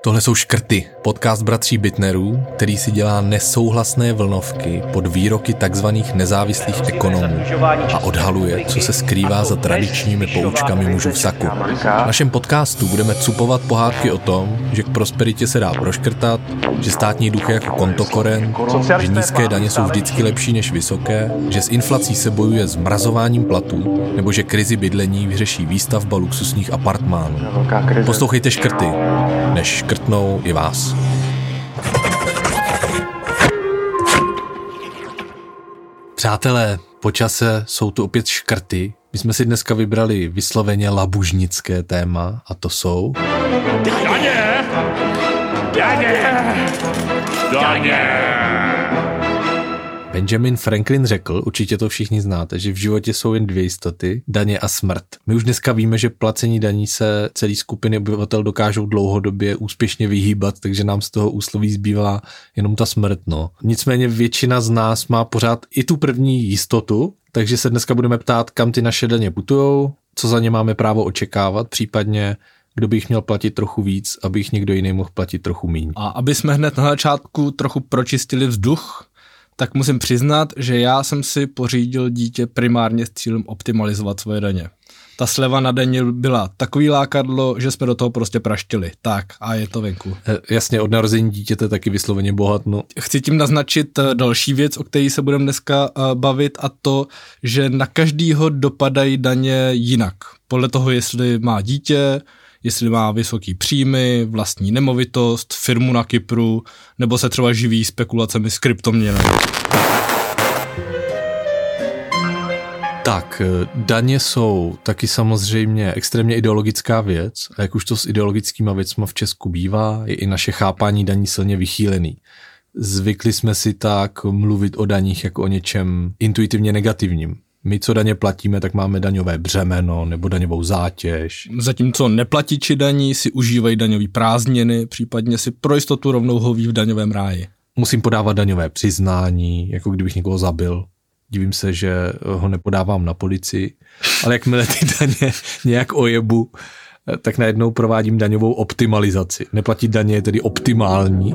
Tohle jsou Škrty, podcast bratří Bittnerů, který si dělá nesouhlasné vlnovky pod výroky takzvaných nezávislých ekonomů a odhaluje, co se skrývá za tradičními poučkami mužů v saku. V našem podcastu budeme cupovat pohádky o tom, že k prosperitě se dá proškrtat, že státní dluh je jako kontokorent, že nízké daně jsou vždycky lepší než vysoké, že s inflací se bojuje zmrazováním platů, nebo že krizi bydlení vyřeší výstavba luxusních apartmánů. Poslouchejte Škrty, než škrtnou i vás. Přátelé, po čase jsou tu opět škrty. My jsme si dneska vybrali vysloveně labužnické téma a to jsou... Daně! Daně! Daně! Benjamin Franklin řekl, určitě to všichni znáte, že v životě jsou jen dvě jistoty, daně a smrt. My už dneska víme, že placení daní se celý skupiny obyvatel dokážou dlouhodobě úspěšně vyhýbat, takže nám z toho úsloví zbývá jenom ta smrt. No. Nicméně většina z nás má pořád i tu první jistotu, takže se dneska budeme ptát, kam ty naše daně putujou, co za ně máme právo očekávat, případně kdo by jich měl platit trochu víc, aby jich někdo jiný mohl platit trochu míň. A aby jsme hned na začátku trochu pročistili vzduch, tak musím přiznat, že já jsem si pořídil dítě primárně s cílem optimalizovat svoje daně. Ta sleva na daně byla takový lákadlo, že jsme do toho prostě praštili. Tak a je to venku. Jasně, od narození dítěte taky vysloveně bohatno. Chci tím naznačit další věc, o které se budeme dneska bavit, a to, že na každýho dopadají daně jinak. Podle toho, jestli má dítě, jestli má vysoký příjmy, vlastní nemovitost, firmu na Kypru, nebo se třeba živí spekulacemi s kryptoměnami. Tak, daně jsou taky samozřejmě extrémně ideologická věc a jak už to s ideologickýma věcma v Česku bývá, je i naše chápání daní silně vychýlený. Zvykli jsme si tak mluvit o daních jako o něčem intuitivně negativním. My, co daně platíme, tak máme daňové břemeno nebo daňovou zátěž. Zatímco neplatiči daní si užívají daňové prázdniny, případně si pro jistotu rovnou hoví v daňovém ráji. Musím podávat daňové přiznání, jako kdybych někoho zabil. Divím se, že ho nepodávám na policii, ale jakmile ty daně nějak ojebu, tak najednou provádím daňovou optimalizaci. Neplatit daně je tedy optimální.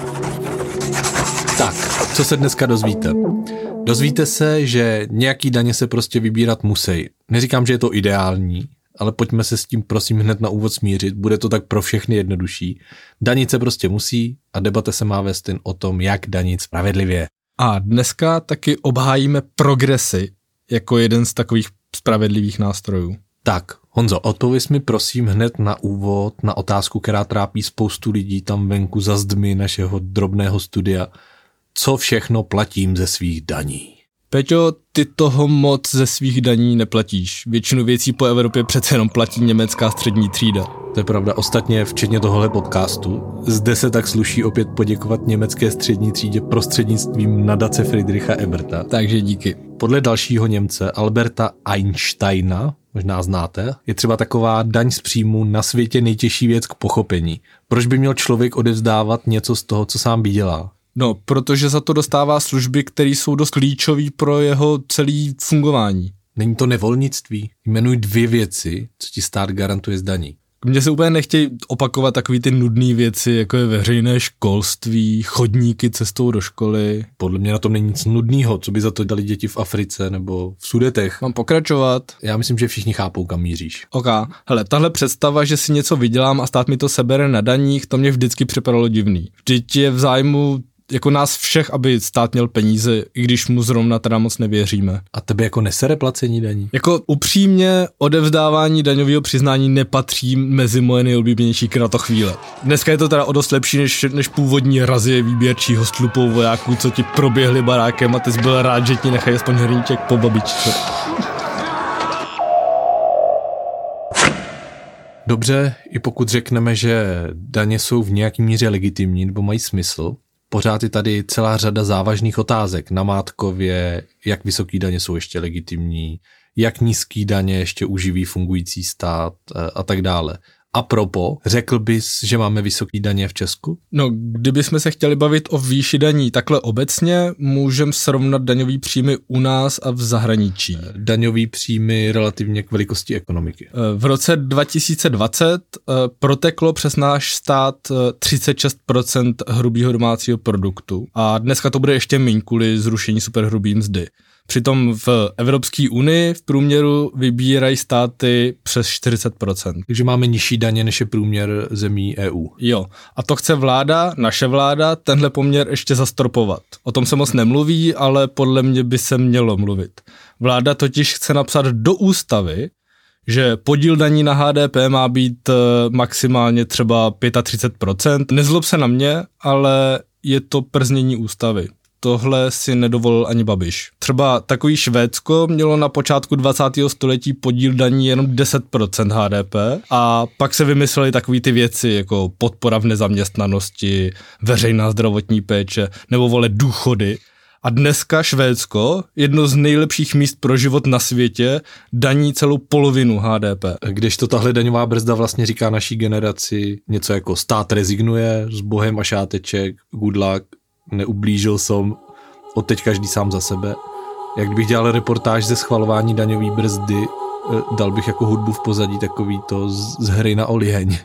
Tak, co se dneska dozvíte? Dozvíte se, že nějaký daně se prostě vybírat musí. Neříkám, že je to ideální, ale pojďme se s tím prosím hned na úvod smířit, bude to tak pro všechny jednodušší. Danit se prostě musí a debata se má vést jen o tom, jak danit spravedlivě. A dneska taky obhájíme progresy jako jeden z takových spravedlivých nástrojů. Tak, Honzo, odpověz mi prosím hned na úvod na otázku, která trápí spoustu lidí tam venku za zdmi našeho drobného studia. Co všechno platím ze svých daní? Peťo, ty toho moc ze svých daní neplatíš. Většinu věcí po Evropě přece jenom platí německá střední třída. To je pravda, ostatně včetně tohohle podcastu. Zde se tak sluší opět poděkovat německé střední třídě prostřednictvím nadace Friedricha Eberta. Takže díky. Podle dalšího Němce Alberta Einsteina, možná znáte, je třeba taková daň z příjmu na světě nejtěžší věc k pochopení. Proč by měl člověk odevzdávat něco z toho, co sám vydělá? No, protože za to dostává služby, které jsou dost klíčové pro jeho celý fungování. Není to nevolnictví? Jmenuj dvě věci, co ti stát garantuje z daní. Mně se úplně nechtějí opakovat takový ty nudné věci, jako je veřejné školství, chodníky cestou do školy. Podle mě na tom není nic nudného, co by za to dali děti v Africe nebo v Sudetech. Mám pokračovat? Já myslím, že všichni chápou, kam míříš. Ok, hele, tahle představa, že si něco vydělám a stát mi to sebere na daních, to mě vždycky připadalo divný. Vždyť je v zájmu jako nás všech, aby stát měl peníze, i když mu zrovna teda moc nevěříme. A tebe jako nesere placení daní? Jako upřímně odevzdávání daňového přiznání nepatří mezi moje nejoblíbenější kratochvíle. Dneska je to teda o dost lepší než původní razie výběrčího s tlupou vojáků, co ti proběhli barákem a ty jsi byl rád, že ti nechají aspoň hrníček po babičce. Dobře, i pokud řekneme, že daně jsou v nějaký míře legitimní nebo mají smysl, pořád je tady celá řada závažných otázek namátkově, jak vysoký daně jsou ještě legitimní, jak nízký daně ještě uživí fungující stát a tak dále. A propo, řekl bys, že máme vysoký daně v Česku? No, kdybychom se chtěli bavit o výši daní takhle obecně, můžeme srovnat daňový příjmy u nás a v zahraničí. Daňový příjmy relativně k velikosti ekonomiky. V roce 2020 proteklo přes náš stát 36% hrubého domácího produktu a dneska to bude ještě méně kvůli zrušení superhrubý mzdy. Přitom v Evropské unii v průměru vybírají státy přes 40%. Takže máme nižší daně, než je průměr zemí EU. Jo, a to chce naše vláda, tenhle poměr ještě zastropovat. O tom se moc nemluví, ale podle mě by se mělo mluvit. Vláda totiž chce napsat do ústavy, že podíl daní na HDP má být maximálně třeba 35%. Nezlob se na mě, ale je to prznění ústavy. Tohle si nedovolil ani Babiš. Třeba takový Švédsko mělo na počátku 20. století podíl daní jenom 10% HDP a pak se vymyslely takový ty věci jako podpora v nezaměstnanosti, veřejná zdravotní péče nebo důchody. A dneska Švédsko, jedno z nejlepších míst pro život na světě, daní celou polovinu HDP. Kdežto tahle daňová brzda vlastně říká naší generaci něco jako stát rezignuje, s bohem a šáteček, good luck, neublížil jsem, odteď každý sám za sebe. Jak kdybych dělal reportáž ze schvalování daňové brzdy, dal bych jako hudbu v pozadí takový to z hry na oliheň.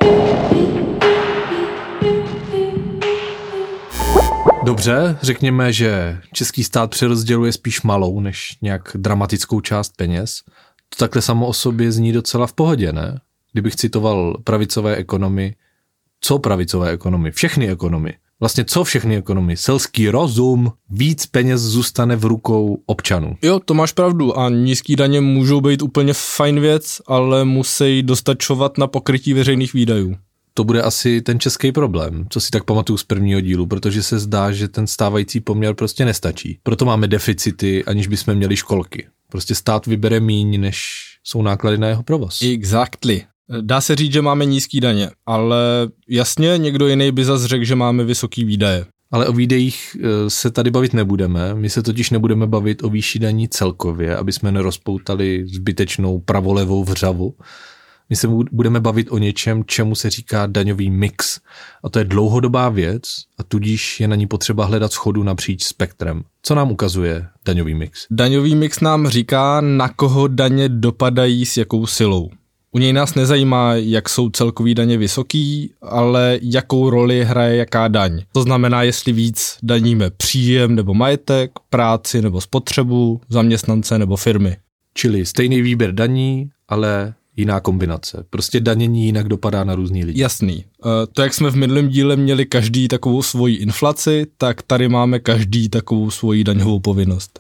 Dobře, řekněme, že český stát přerozděluje spíš malou než nějak dramatickou část peněz. To takhle samo o sobě zní docela v pohodě, ne? Kdybych citoval pravicové ekonomy, co pravicové ekonomy? Všechny ekonomy. Vlastně co všechny ekonomy? Selský rozum, víc peněz zůstane v rukou občanů. Jo, to máš pravdu a nízký daně můžou být úplně fajn věc, ale musí dostačovat na pokrytí veřejných výdajů. To bude asi ten český problém, co si tak pamatuju z prvního dílu, protože se zdá, že ten stávající poměr prostě nestačí. Proto máme deficity, aniž bychom měli školky. Prostě stát vybere míň, než jsou náklady na jeho provoz. Exactly. Dá se říct, že máme nízký daně, ale jasně, někdo jiný by zas řekl, že máme vysoký výdaje. Ale o výdejích se tady bavit nebudeme, my se totiž nebudeme bavit o výši daní celkově, aby jsme nerozpoutali zbytečnou pravolevou vřavu. My se budeme bavit o něčem, čemu se říká daňový mix. A to je dlouhodobá věc a tudíž je na ní potřeba hledat shodu napříč spektrem. Co nám ukazuje daňový mix? Daňový mix nám říká, na koho daně dopadají s jakou silou. U něj nás nezajímá, jak jsou celkový daně vysoký, ale jakou roli hraje jaká daň. To znamená, jestli víc daníme příjem nebo majetek, práci nebo spotřebu, zaměstnance nebo firmy. Čili stejný výběr daní, ale jiná kombinace. Prostě danění jinak dopadá na různý lidi. Jasný. To, jak jsme v minulém díle měli každý takovou svoji inflaci, tak tady máme každý takovou svoji daňovou povinnost.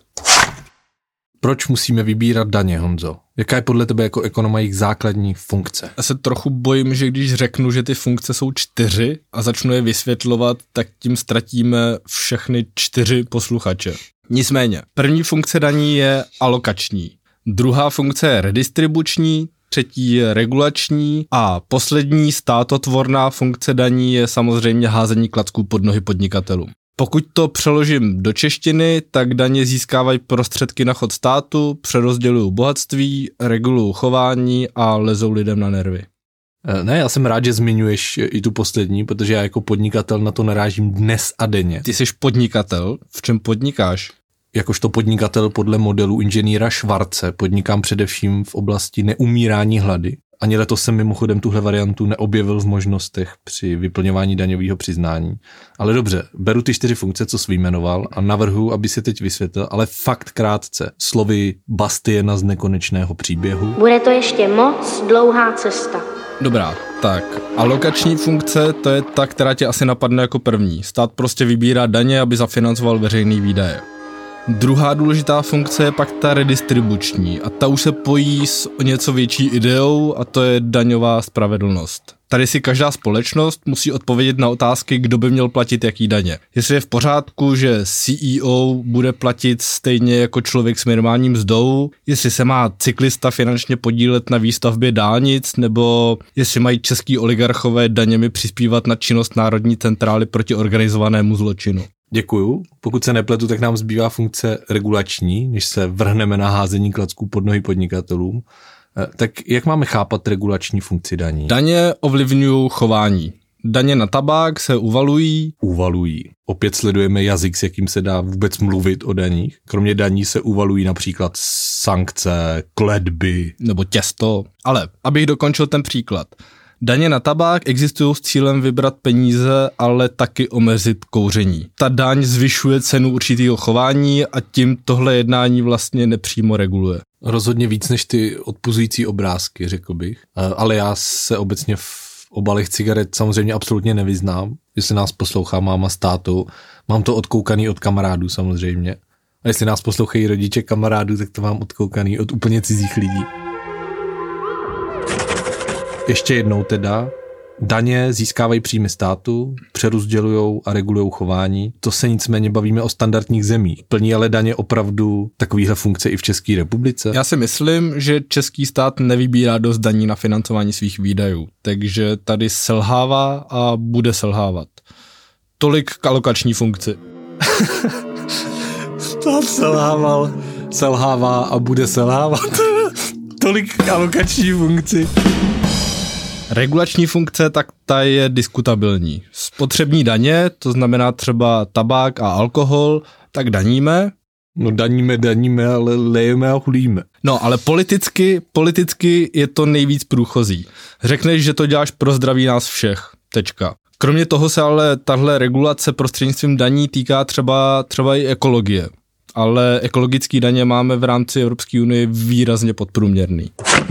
Proč musíme vybírat daně, Honzo? Jaká je podle tebe jako ekonoma jejich základní funkce? Já se trochu bojím, že když řeknu, že ty funkce jsou 4 a začnu je vysvětlovat, tak tím ztratíme všechny 4 posluchače. Nicméně, první funkce daní je alokační, druhá funkce je redistribuční, třetí je regulační a poslední státotvorná funkce daní je samozřejmě házení klacků pod nohy podnikatelům. Pokud to přeložím do češtiny, tak daně získávají prostředky na chod státu, přerozdělují bohatství, regulují chování a lezou lidem na nervy. Ne, já jsem rád, že zmiňuješ i tu poslední, protože já jako podnikatel na to narážím dnes a denně. Ty jsi podnikatel? V čem podnikáš? Jakožto podnikatel podle modelu inženýra Schwarze podnikám především v oblasti neumírání hlady. Ani letos jsem mimochodem tuhle variantu neobjevil v možnostech při vyplňování daňového přiznání. Ale dobře, beru ty 4 funkce, co jsi vyjmenoval a navrhuji, aby si teď vysvětlil, ale fakt krátce, slovy Bastiena z Nekonečného příběhu. Bude to ještě moc dlouhá cesta. Dobrá, tak alokační funkce, to je ta, která tě asi napadne jako první. Stát prostě vybírá daně, aby zafinancoval veřejné výdaje. Druhá důležitá funkce je pak ta redistribuční a ta už se pojí s něco větší ideou a to je daňová spravedlnost. Tady si každá společnost musí odpovědět na otázky, kdo by měl platit jaký daně. Jestli je v pořádku, že CEO bude platit stejně jako člověk s minimálním mzdou, jestli se má cyklista finančně podílet na výstavbě dálnic, nebo jestli mají český oligarchové daněmi přispívat na činnost Národní centrály proti organizovanému zločinu. Děkuju. Pokud se nepletu, tak nám zbývá funkce regulační, než se vrhneme na házení klacků pod nohy podnikatelům. Tak jak máme chápat regulační funkci daní? Daně ovlivňují chování. Daně na tabák se Uvalují. Opět sledujeme jazyk, s jakým se dá vůbec mluvit o daních. Kromě daní se uvalují například sankce, kletby. Nebo těsto. Ale abych dokončil ten příklad. Daně na tabák existují s cílem vybrat peníze, ale taky omezit kouření. Ta daň zvyšuje cenu určitého chování a tím tohle jednání vlastně nepřímo reguluje. Rozhodně víc než ty odpuzující obrázky, řekl bych. Ale já se obecně v obalech cigaret samozřejmě absolutně nevyznám. Jestli nás poslouchá máma s tátou, mám to odkoukaný od kamarádů samozřejmě. A jestli nás poslouchají rodiče kamarádů, tak to mám odkoukaný od úplně cizích lidí. Ještě jednou teda, daně získávají příjmy státu, přerozdělujou a regulujou chování. To se nicméně bavíme o standardních zemích. Plní ale daně opravdu takovýhle funkce i v České republice? Já si myslím, že český stát nevybírá dost daní na financování svých výdajů, takže tady selhává a bude selhávat. Tolik k alokační funkci. Stát selhává a bude selhávat. Tolik k alokační funkci. Regulační funkce, tak ta je diskutabilní. Spotřební daně, to znamená třeba tabák a alkohol, tak daníme. No daníme, ale lejeme a hulíme. No, ale politicky je to nejvíc průchozí. Řekneš, že to děláš pro zdraví nás všech. Tečka. Kromě toho se ale tahle regulace prostřednictvím daní týká třeba i ekologie. Ale ekologické daně máme v rámci Evropské unie výrazně podprůměrný.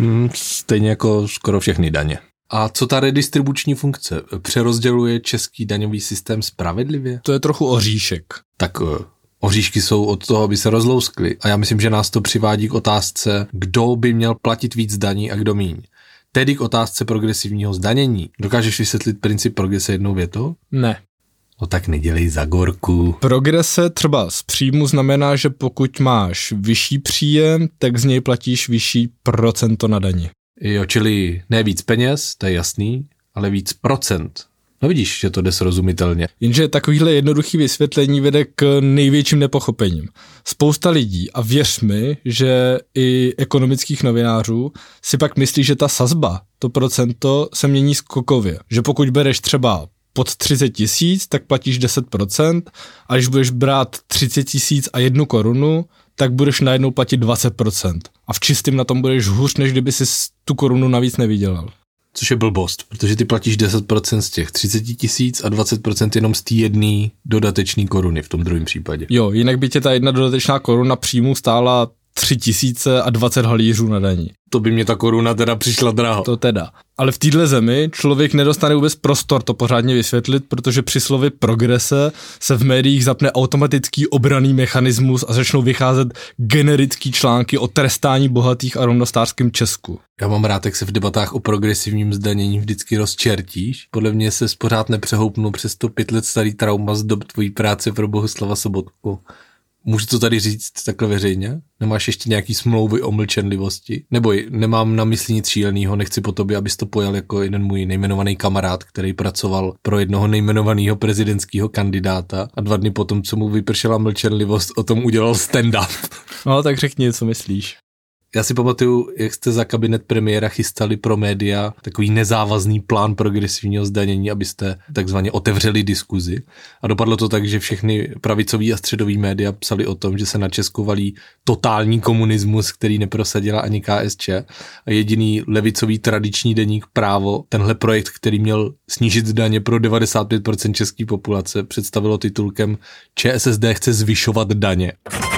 Stejně jako skoro všechny daně. A co ta redistribuční funkce? Přerozděluje český daňový systém spravedlivě? To je trochu oříšek. Tak oříšky jsou od toho, aby se rozlouskly. A já myslím, že nás to přivádí k otázce, kdo by měl platit víc daní a kdo míň. Tedy k otázce progresivního zdanění. Dokážeš vysvětlit princip progrese jednou větou? Ne. No tak nedělej za gorku. Progrese třeba z příjmu znamená, že pokud máš vyšší příjem, tak z něj platíš vyšší procento na dani. Jo, čili ne víc peněz, to je jasný, ale víc procent. No vidíš, že to jde srozumitelně. Jenže takovýhle jednoduchý vysvětlení vede k největším nepochopením. Spousta lidí, a věř mi, že i ekonomických novinářů, si pak myslí, že ta sazba, to procento, se mění skokově. Že pokud bereš třeba pod 30 000, tak platíš 10%, a když budeš brát 30 000 a 1 korunu, tak budeš najednou platit 20%. A v čistým na tom budeš hůř, než kdyby si tu korunu navíc nevydělal. Což je blbost, protože ty platíš 10% z těch 30 000 a 20% jenom z té jedné dodatečné koruny v tom druhém případě. Jo, jinak by tě ta jedna dodatečná koruna příjmu stála 3 000 a 20 halířů na daní. To by mě ta koruna teda přišla draho. To teda. Ale v téhle zemi člověk nedostane vůbec prostor to pořádně vysvětlit, protože při slově progrese se v médiích zapne automatický obranný mechanismus a začnou vycházet generický články o trestání bohatých a rovnostářském Česku. Já mám rád, jak se v debatách o progresivním zdanění vždycky rozčertíš. Podle mě se pořád nepřehoupnu přes to 5 let starý trauma z dob tvojí práce pro Bohuslava Sobotku. Můžu to tady říct takhle veřejně? Nemáš ještě nějaký smlouvy o mlčenlivosti? Neboj, nemám na mysli nic šílenýho, nechci po tobě, abys to pojal jako jeden můj nejmenovaný kamarád, který pracoval pro jednoho nejmenovaného prezidentského kandidáta a 2 dny potom, co mu vypršela mlčenlivost, o tom udělal stand-up. No tak řekni, co myslíš. Já si pamatuju, jak jste za kabinet premiéra chystali pro média takový nezávazný plán progresivního zdanění, abyste takzvaně otevřeli diskuzi. A dopadlo to tak, že všechny pravicový a středový média psali o tom, že se na Česko valí totální komunismus, který neprosadila ani KSČ. A jediný levicový tradiční deník Právo, tenhle projekt, který měl snížit daně pro 95% české populace, představilo titulkem ČSSD chce zvyšovat daně.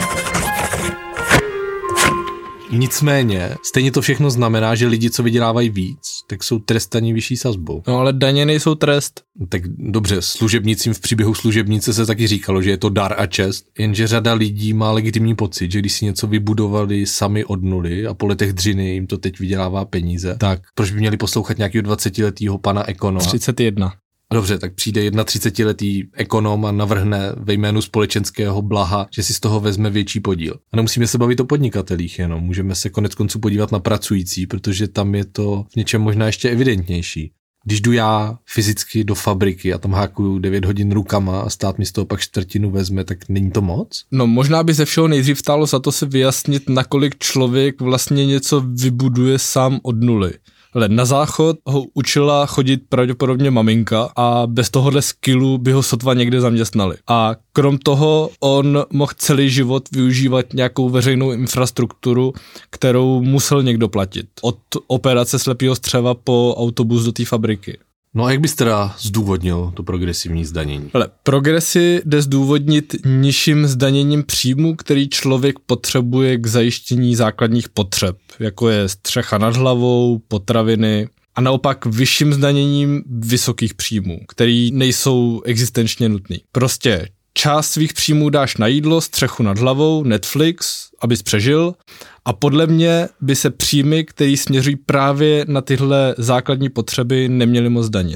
Nicméně, stejně to všechno znamená, že lidi, co vydělávají víc, tak jsou trestaní vyšší sazbou. No ale daně nejsou trest. Tak dobře, služebnicím v příběhu služebnice se taky říkalo, že je to dar a čest, jenže řada lidí má legitimní pocit, že když si něco vybudovali sami od nuly a po letech dřiny jim to teď vydělává peníze, tak proč by měli poslouchat nějakého 20letého pana ekonoma? 31. Dobře, tak přijde 31letý ekonom a navrhne ve jménu společenského blaha, že si z toho vezme větší podíl. A nemusíme se bavit o podnikatelích jenom, můžeme se konec konců podívat na pracující, protože tam je to v něčem možná ještě evidentnější. Když jdu já fyzicky do fabriky a tam hákuju 9 hodin rukama a stát mi z toho pak čtvrtinu vezme, tak není to moc? No možná by ze všeho nejdřív stálo za to si vyjasnit, nakolik člověk vlastně něco vybuduje sám od nuly. Ale na záchod ho učila chodit pravděpodobně maminka a bez tohohle skillu by ho sotva někde zaměstnali. A krom toho on mohl celý život využívat nějakou veřejnou infrastrukturu, kterou musel někdo platit. Od operace slepého střeva po autobus do té fabriky. No a jak bys teda zdůvodnil to progresivní zdanění? Ale progresi jde zdůvodnit nižším zdaněním příjmu, který člověk potřebuje k zajištění základních potřeb, jako je střecha nad hlavou, potraviny, a naopak vyšším zdaněním vysokých příjmů, který nejsou existenčně nutný. Prostě část svých příjmů dáš na jídlo, střechu nad hlavou, Netflix, abys přežil, a podle mě by se příjmy, které směřují právě na tyhle základní potřeby, neměly moc danit.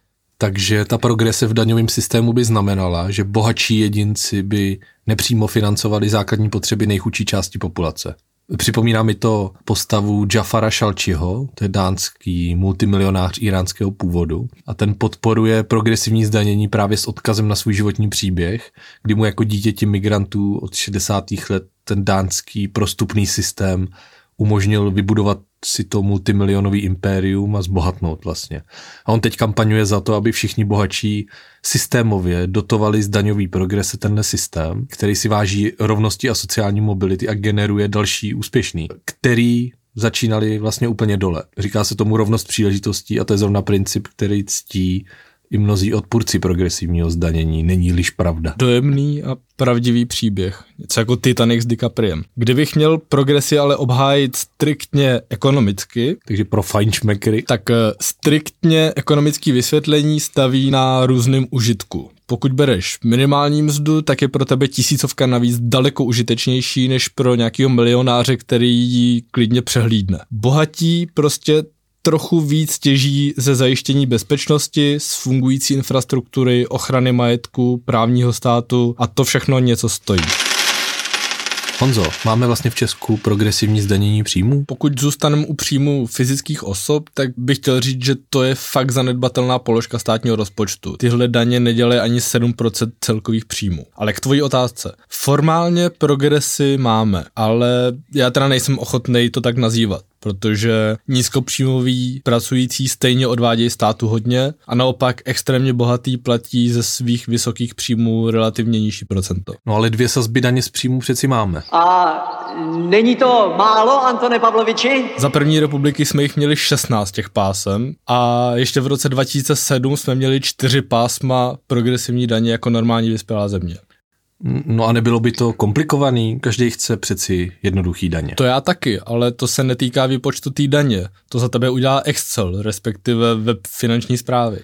Takže ta progrese v daňovém systému by znamenala, že bohatší jedinci by nepřímo financovali základní potřeby nejchudší části populace. Připomíná mi to postavu Jafara Šalčiho, to je dánský multimilionář iránského původu, a ten podporuje progresivní zdanění právě s odkazem na svůj životní příběh, kdy mu jako dítěti migrantů od 60. let ten dánský prostupný systém umožnil vybudovat si to multimilionový impérium a zbohatnout vlastně. A on teď kampaňuje za to, aby všichni bohatší systémově dotovali z daňový progrese tenhle systém, který si váží rovnosti a sociální mobility a generuje další úspěšný, který začínali vlastně úplně dole. Říká se tomu rovnost příležitostí a to je zrovna princip, který ctí i mnozí odpůrci progresivního zdanění, není-liž pravda. Dojemný a pravdivý příběh, něco jako Titanic s DiCapriem. Kdybych měl progresi ale obhájit striktně ekonomicky, takže pro fajnšmekry, tak striktně ekonomické vysvětlení staví na různém užitku. Pokud bereš minimální mzdu, tak je pro tebe 1000 navíc daleko užitečnější než pro nějakého milionáře, který ji klidně přehlídne. Bohatí prostě trochu víc těží ze zajištění bezpečnosti, z fungující infrastruktury, ochrany majetku, právního státu a to všechno něco stojí. Honzo, máme vlastně v Česku progresivní zdanění příjmů? Pokud zůstaneme u příjmů fyzických osob, tak bych chtěl říct, že to je fakt zanedbatelná položka státního rozpočtu. Tyhle daně nedělají ani 7% celkových příjmů. Ale k tvojí otázce. Formálně progresy máme, ale já teda nejsem ochotnej to tak nazývat, protože nízkopříjmoví pracující stejně odvádějí státu hodně a naopak extrémně bohatý platí ze svých vysokých příjmů relativně nižší procento. No ale 2 sazby daně z příjmů přeci máme. A není to málo, Antone Pavloviči? Za první republiky jsme jich měli 16 těch pásem a ještě v roce 2007 jsme měli 4 pásma progresivní daně jako normální vyspělá země. No a nebylo by to komplikovaný? Každý chce přeci jednoduchý daně. To já taky, ale to se netýká výpočtu té daně. To za tebe udělá Excel, respektive web finanční správy.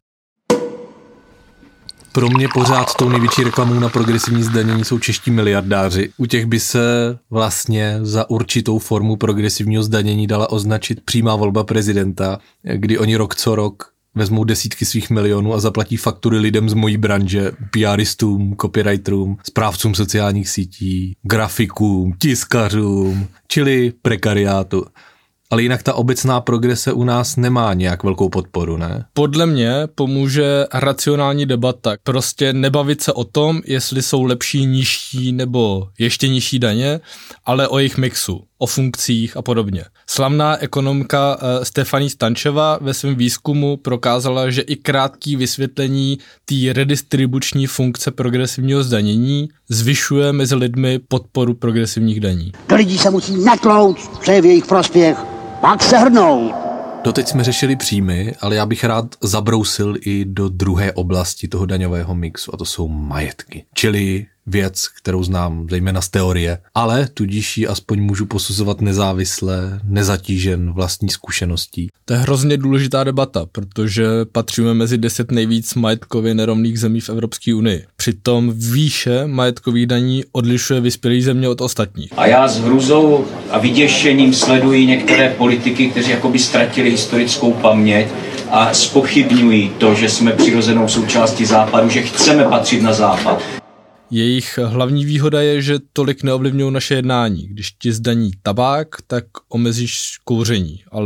Pro mě pořád tou největší reklamou na progresivní zdanění jsou čeští miliardáři. U těch by se vlastně za určitou formu progresivního zdanění dala označit přímá volba prezidenta, kdy oni rok co rok vezmou desítky svých milionů a zaplatí faktury lidem z mojí branže, PRistům, copywriterům, správcům sociálních sítí, grafikům, tiskařům, čili prekariátu. Ale jinak ta obecná progrese u nás nemá nějak velkou podporu, ne? Podle mě pomůže racionální debata. Prostě nebavit se o tom, jestli jsou lepší, nižší nebo ještě nižší daně, ale o jejich mixu, o funkcích a podobně. Slavná ekonomka Stefanie Stančeva ve svém výzkumu prokázala, že i krátký vysvětlení té redistribuční funkce progresivního zdanění zvyšuje mezi lidmi podporu progresivních daní. Do lidí se musí natlout, co je v jejich prospěch, pak se hrnou. Doteď jsme řešili příjmy, ale já bych rád zabrousil i do druhé oblasti toho daňového mixu, a to jsou majetky. Čili věc, kterou znám zejména z teorie, ale tudíž ji aspoň můžu posuzovat nezávisle, nezatížen vlastní zkušeností. To je hrozně důležitá debata, protože patříme mezi 10 nejvíc majetkově nerovných zemí v Evropské unii. Přitom výše majetkových daní odlišuje vyspělé země od ostatních. A já s hrůzou a vyděšením sleduji některé politiky, kteří jakoby ztratili historickou paměť a zpochybňují to, že jsme přirozenou součástí Západu, že chceme patřit na Západ. Jejich hlavní výhoda je, že tolik neovlivňují naše jednání. Když ti zdaní tabák, tak omezíš kouření, ale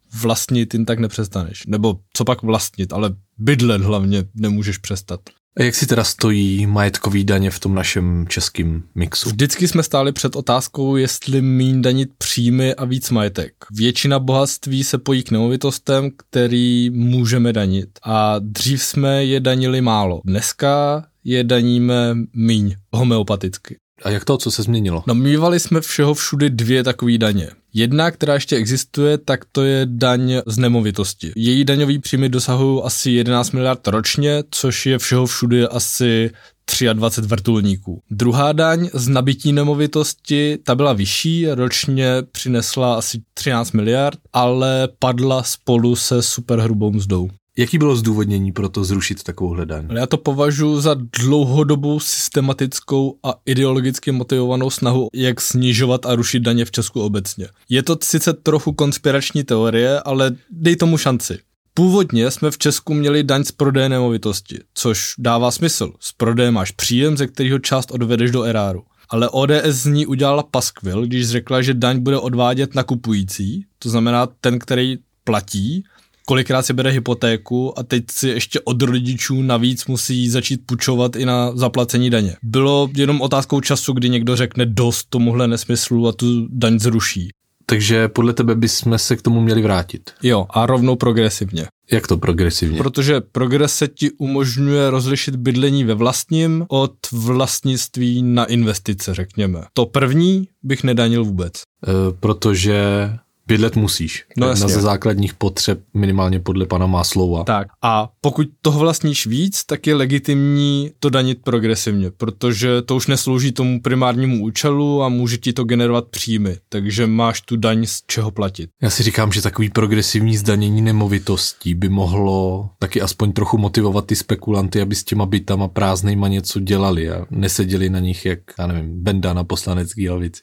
vlastnit jen tak nepřestaneš. Nebo co pak vlastnit, ale bydlet hlavně nemůžeš přestat. A jak si teda stojí majetkový daně v tom našem českém mixu? Vždycky jsme stáli před otázkou, jestli míň danit příjmy a víc majetek. Většina bohatství se pojí k nemovitostem, který můžeme danit. A dřív jsme je danili málo. Dneska je daníme míň, homeopaticky. A jak to, co se změnilo? No, mívali jsme všeho všudy 2 takové daně. Jedna, která ještě existuje, tak to je daň z nemovitosti. Její daňový příjmy dosahují asi 11 miliard ročně, což je všeho všudy asi 23 vrtulníků. Druhá daň z nabití nemovitosti, ta byla vyšší, ročně přinesla asi 13 miliard, ale padla spolu se superhrubou mzdou. Jaký bylo zdůvodnění pro to zrušit takovouhle daň? Já to považuji za dlouhodobou systematickou a ideologicky motivovanou snahu, jak snižovat a rušit daně v Česku obecně. Je to sice trochu konspirační teorie, ale dej tomu šanci. Původně jsme v Česku měli daň z prodeje nemovitosti, což dává smysl. Z prodeje máš příjem, ze kterého část odvedeš do eráru. Ale ODS z ní udělala paskvil, když řekla, že daň bude odvádět nakupující, to znamená ten, který platí, kolikrát si bere hypotéku a teď si ještě od rodičů navíc musí začít půjčovat i na zaplacení daně. Bylo jenom otázkou času, kdy někdo řekne dost tomuhle nesmyslu a tu daň zruší. Takže podle tebe bychom se k tomu měli vrátit. Jo, a rovnou progresivně. Jak to progresivně? Protože progrese ti umožňuje rozlišit bydlení ve vlastním od vlastnictví na investice, řekněme. To první bych nedanil vůbec. Protože bydlet musíš. No na ze základních potřeb minimálně podle pana Maslova. Tak a pokud toho vlastníš víc, tak je legitimní to danit progresivně, protože to už neslouží tomu primárnímu účelu a může ti to generovat příjmy, takže máš tu daň z čeho platit. Já si říkám, že takový progresivní zdanění nemovitostí by mohlo taky aspoň trochu motivovat ty spekulanty, aby s těma bytama prázdnejma něco dělali a neseděli na nich jak, já nevím, Benda na poslanecký lavici.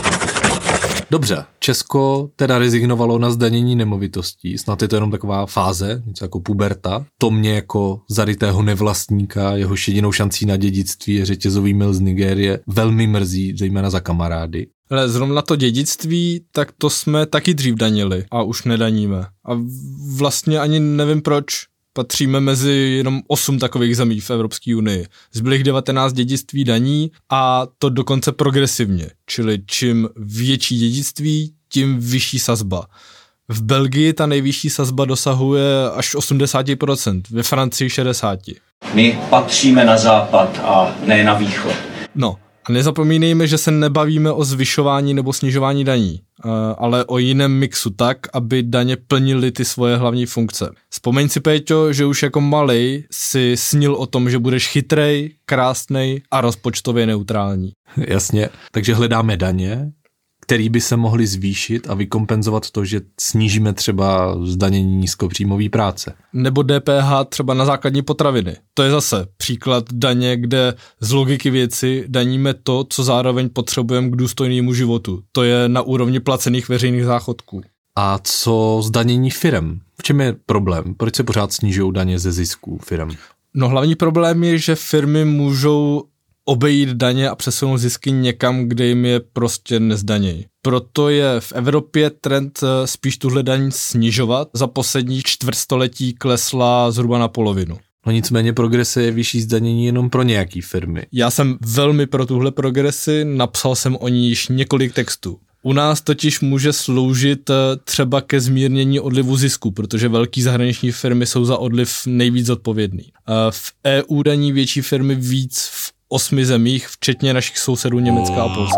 Dobře, Česko teda rezignovalo na zdanění nemovitostí, snad je to jenom taková fáze, něco jako puberta. To mě jako zarytého nevlastníka, jehož jedinou šancí na dědictví je řetězový mil z Nigérie, velmi mrzí, zejména za kamarády. Ale zrovna to dědictví, tak to jsme taky dřív danili a už nedaníme. A vlastně ani nevím proč. Patříme mezi jenom 8 takových zemí v Evropské unii. Zbylých 19 dědictví daní a to dokonce progresivně, čili čím větší dědictví, tím vyšší sazba. V Belgii ta nejvyšší sazba dosahuje až 80%, ve Francii 60%. My patříme na západ a ne na východ. No. A nezapomínejme, že se nebavíme o zvyšování nebo snižování daní, ale o jiném mixu tak, aby daně plnily ty svoje hlavní funkce. Vzpomeň si, Péťo, že už jako malej si snil o tom, že budeš chytrej, krásnej a rozpočtově neutrální. Jasně, takže hledáme daně, který by se mohly zvýšit a vykompenzovat to, že snížíme třeba zdanění nízkopříjmové práce. Nebo DPH třeba na základní potraviny. To je zase příklad daně, kde z logiky věci daníme to, co zároveň potřebujeme k důstojnému životu. To je na úrovni placených veřejných záchodků. A co zdanění firem? V čem je problém? Proč se pořád snižují daně ze zisků firem? No hlavní problém je, že firmy můžou obejít daně a přesunout zisky někam, kde jim je prostě nezdanějí. Proto je v Evropě trend spíš tuhle daň snižovat. Za poslední čtvrtstoletí klesla zhruba na polovinu. No nicméně progrese je vyšší zdanění jenom pro nějaký firmy. Já jsem velmi pro tuhle progresi, napsal jsem o ní již několik textů. U nás totiž může sloužit třeba ke zmírnění odlivu zisku, protože velký zahraniční firmy jsou za odliv nejvíc odpovědný. V EU daní větší firmy víc v 8 zemích, včetně našich sousedů Německa a Polska.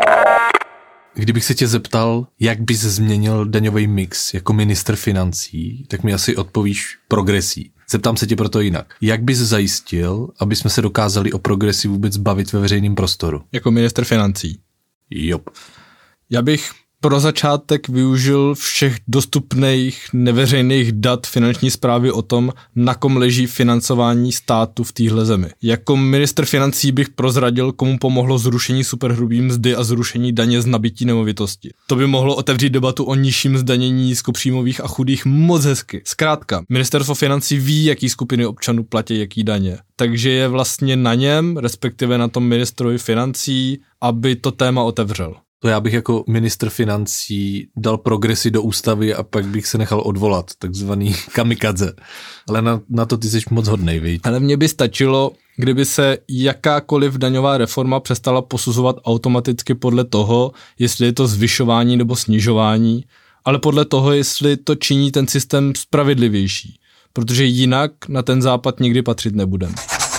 Kdybych se tě zeptal, jak bys změnil daňový mix jako ministr financí, tak mi asi odpovíš progresí. Zeptám se tě proto jinak. Jak bys zajistil, aby jsme se dokázali o progresi vůbec bavit ve veřejném prostoru? Jako ministr financí. Jop. Já bych pro začátek využil všech dostupných neveřejných dat finanční správy o tom, na kom leží financování státu v téhle zemi. Jako ministr financí bych prozradil, komu pomohlo zrušení superhrubý mzdy a zrušení daně z nabití nemovitosti. To by mohlo otevřít debatu o nižším zdanění nízkopříjmových a chudých moc hezky. Zkrátka, ministerstvo financí ví, jaký skupiny občanů platí jaký daně. Takže je vlastně na něm, respektive na tom ministrovi financí, aby to téma otevřel. To já bych jako ministr financí dal progresy do ústavy a pak bych se nechal odvolat, takzvaný kamikadze. Ale na to ty jsi moc hodnej, viď? Ale mně by stačilo, kdyby se jakákoliv daňová reforma přestala posuzovat automaticky podle toho, jestli je to zvyšování nebo snižování, ale podle toho, jestli to činí ten systém spravedlivější. Protože jinak na ten západ nikdy patřit nebudeme.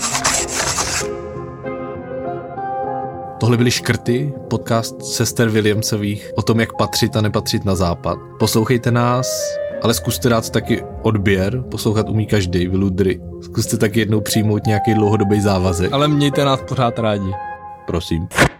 Tohle byly Škrty, podcast sester Williamsových o tom, jak patřit a nepatřit na západ. Poslouchejte nás, ale zkuste dát taky odběr, poslouchat umí každý, vy ludry. Zkuste taky jednou přijmout nějaký dlouhodobý závazek. Ale mějte nás pořád rádi. Prosím.